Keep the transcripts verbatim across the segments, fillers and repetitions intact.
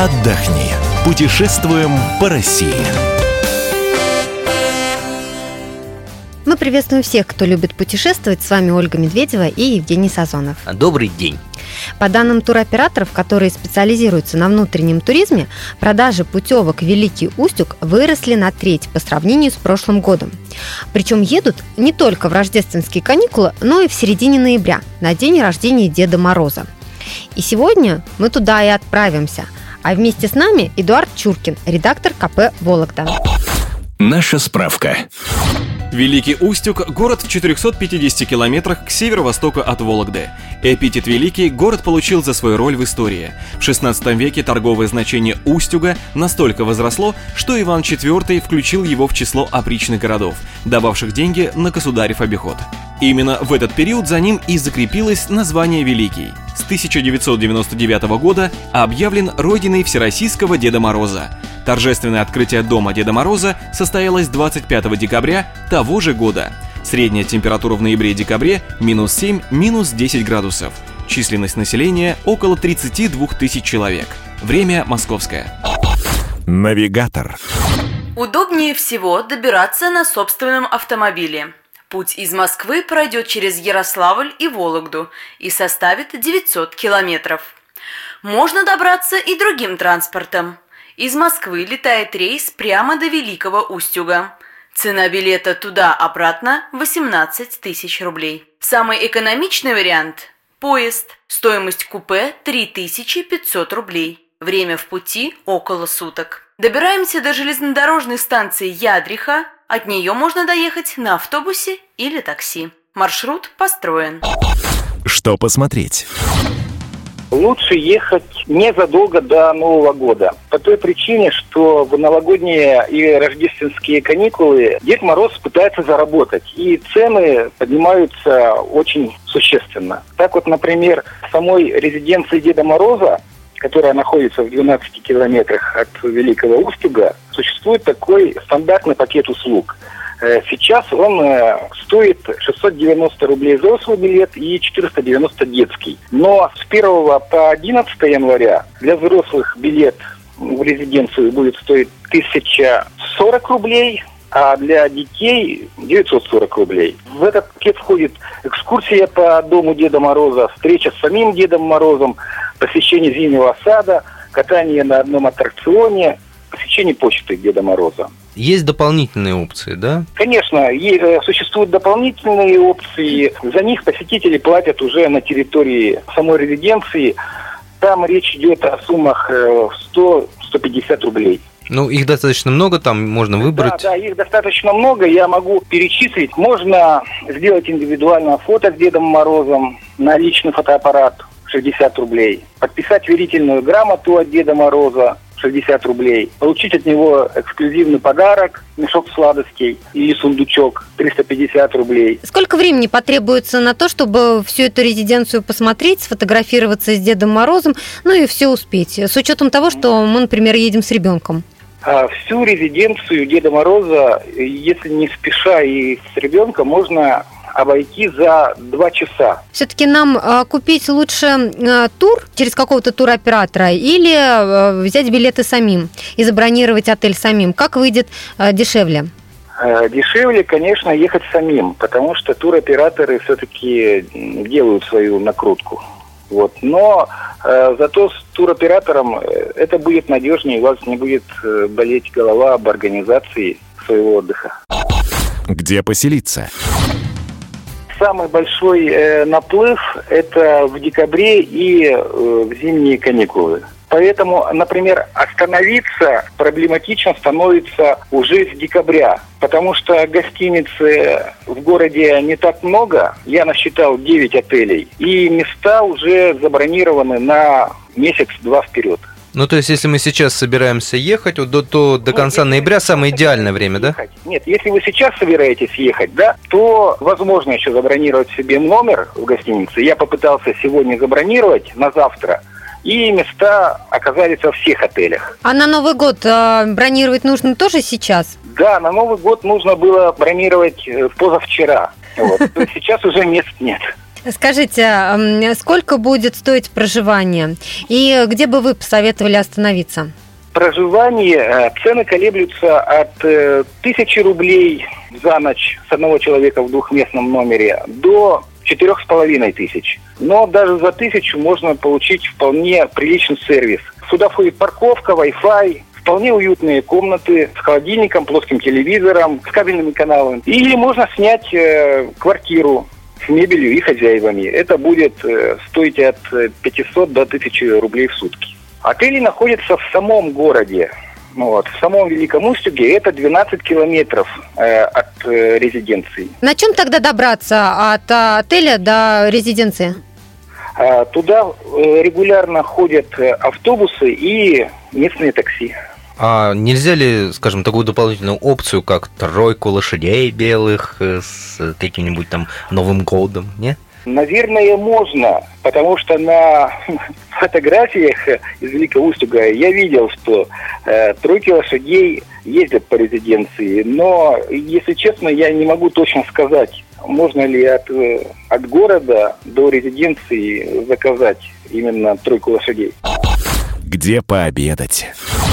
отдохни. Путешествуем по России. Мы приветствуем всех, кто любит путешествовать. С вами Ольга Медведева и Евгений Сазонов. Добрый день. По данным туроператоров, которые специализируются на внутреннем туризме, продажи путевок в Великий Устюг выросли на треть по сравнению с прошлым годом. Причем едут не только в рождественские каникулы, но и в середине ноября, на день рождения Деда Мороза. И сегодня мы туда и отправимся. А вместе с нами Эдуард Чуркин, редактор ка пэ «Вологда». Наша справка. Великий Устюг – город в четырехстах пятидесяти километрах к северо-востоку от Вологды. Эпитет «Великий» город получил за свою роль в истории. В шестнадцатом веке торговое значение Устюга настолько возросло, что Иван четвёртый включил его в число опричных городов, дававших деньги на государев обиход. Именно в этот период за ним и закрепилось название «Великий». С тысяча девятьсот девяносто девятого года объявлен родиной Всероссийского Деда Мороза. Торжественное открытие дома Деда Мороза состоялось двадцать пятого декабря того же года. Средняя температура в ноябре-декабре – минус семь, минус десять градусов. Численность населения – около тридцать два тысяч человек. Время московское. Навигатор. Удобнее всего добираться на собственном автомобиле. Путь из Москвы пройдет через Ярославль и Вологду и составит девятьсот километров. Можно добраться и другим транспортом. Из Москвы летает рейс прямо до Великого Устюга. Цена билета туда-обратно восемнадцать тысяч рублей. Самый экономичный вариант – поезд. Стоимость купе – три тысячи пятьсот рублей. Время в пути – около суток. Добираемся до железнодорожной станции Ядриха. От нее можно доехать на автобусе или такси. Маршрут построен. Что посмотреть? Лучше ехать незадолго до Нового года. По той причине, что в новогодние и рождественские каникулы Дед Мороз пытается заработать. И цены поднимаются очень существенно. Так вот, например, в самой резиденции Деда Мороза, которая находится в двенадцати километрах от Великого Устюга, существует такой стандартный пакет услуг. Сейчас он стоит шестьсот девяносто рублей взрослый билет и четыреста девяносто детский. Но с первого по одиннадцатое января для взрослых билет в резиденцию будет стоить тысяча сорок рублей, а для детей девятьсот сорок рублей. В этот пакет входит экскурсия по дому Деда Мороза, встреча с самим Дедом Морозом, посещение зимнего сада, катание на одном аттракционе, посещение почты Деда Мороза. Есть дополнительные опции, да? Конечно, есть, существуют дополнительные опции. За них посетители платят уже на территории самой резиденции. Там речь идет о суммах сто - сто пятьдесят рублей. Ну, их достаточно много, там можно выбрать. Да, да, их достаточно много, я могу перечислить. Можно сделать индивидуальное фото с Дедом Морозом на личный фотоаппарат шестьдесят рублей. Подписать верительную грамоту от Деда Мороза шестьдесят рублей. Получить от него эксклюзивный подарок, мешок сладостей и сундучок триста пятьдесят рублей. Сколько времени потребуется на то, чтобы всю эту резиденцию посмотреть, сфотографироваться с Дедом Морозом, ну и все успеть, с учетом того, что мы, например, едем с ребенком? А всю резиденцию Деда Мороза, если не спеша и с ребенком, можно обойти за два часа. Все-таки нам э, купить лучше э, тур через какого-то туроператора или э, взять билеты самим и забронировать отель самим? Как выйдет э, дешевле? Э, дешевле, конечно, ехать самим, потому что туроператоры все-таки делают свою накрутку. Вот. Но э, зато с туроператором это будет надежнее, у вас не будет э, болеть голова об организации своего отдыха. Где поселиться? Самый большой э, наплыв – это в декабре и э, в зимние каникулы. Поэтому, например, остановиться проблематично становится уже с декабря, потому что гостиниц в городе не так много. Я насчитал девять отелей, и места уже забронированы на месяц-два вперед. Ну, то есть, если мы сейчас собираемся ехать, то, то до конца ну, ноября самое идеальное время, да? Ехать. Нет, если вы сейчас собираетесь ехать, да, то возможно еще забронировать себе номер в гостинице. Я попытался сегодня забронировать на завтра, и места оказались во всех отелях. А на Новый год э, бронировать нужно тоже сейчас? Да, на Новый год нужно было бронировать позавчера. Вот. То есть сейчас уже мест нет. Скажите, сколько будет стоить проживание и где бы вы посоветовали остановиться? Проживание, цены колеблются от тысячи рублей за ночь с одного человека в двухместном номере до четырех с половиной тысяч. Но даже за тысячу можно получить вполне приличный сервис. Сюда входит парковка, Wi-Fi, вполне уютные комнаты с холодильником, плоским телевизором, с кабельными каналами. Или можно снять э, квартиру с мебелью и хозяевами. Это будет э, стоить от пятисот до тысячи рублей в сутки. Отели находятся в самом городе, вот, в самом Великом Устюге. Это двенадцать километров э, от э, резиденции. На чем тогда добраться от а, отеля до резиденции? А, туда э, регулярно ходят автобусы и местные такси. А нельзя ли, скажем, такую дополнительную опцию, как тройку лошадей белых с каким-нибудь там Новым годом, не? Наверное, можно, потому что на фотографиях из Великого Устюга я видел, что э, тройки лошадей ездят по резиденции, но, если честно, я не могу точно сказать, можно ли от, э, от города до резиденции заказать именно тройку лошадей. Где пообедать?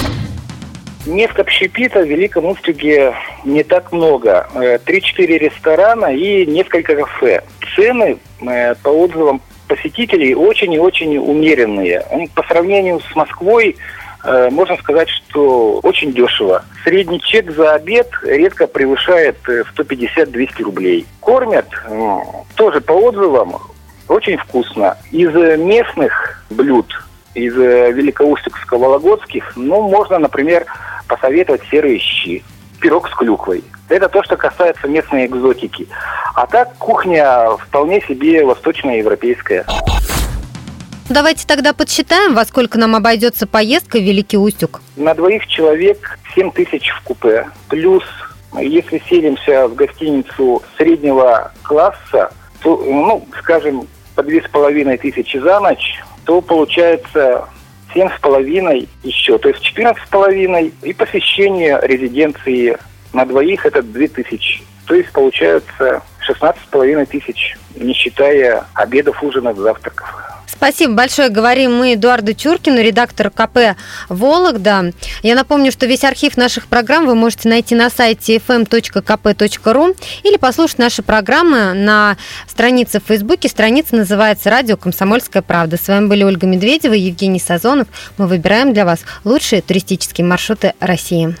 Мест общепита в Великом Устюге не так много. Три-четыре ресторана и несколько кафе. Цены, по отзывам посетителей, очень и очень умеренные. По сравнению с Москвой, можно сказать, что очень дешево. Средний чек за обед редко превышает сто пятьдесят-двести рублей. Кормят, тоже по отзывам, очень вкусно. Из местных блюд, из великоустюгско-вологодских, ну, можно, например, посоветовать серые щи, пирог с клюквой. Это то, что касается местной экзотики. А так кухня вполне себе восточноевропейская. Давайте тогда подсчитаем, во сколько нам обойдется поездка в Великий Устюг. На двоих человек семь тысяч в купе. Плюс, если селимся в гостиницу среднего класса, то, ну, скажем, по две с половиной тысячи за ночь, то получается семь с половиной еще, то есть четырнадцать с половиной, и посещение резиденции на двоих это две тысячи. То есть получается шестнадцать с половиной тысяч, не считая обедов, ужинов, завтраков. Спасибо большое. Говорим мы Эдуарду Чуркину, редактор КП «Вологда». Я напомню, что весь архив наших программ вы можете найти на сайте эф эм точка ка пэ точка ру или послушать наши программы на странице в Фейсбуке. Страница называется «Радио Комсомольская правда». С вами были Ольга Медведева и Евгений Сазонов. Мы выбираем для вас лучшие туристические маршруты России.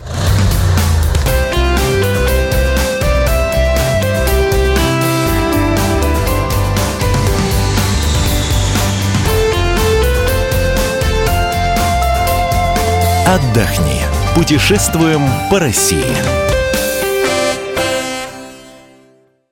Отдохни. Путешествуем по России.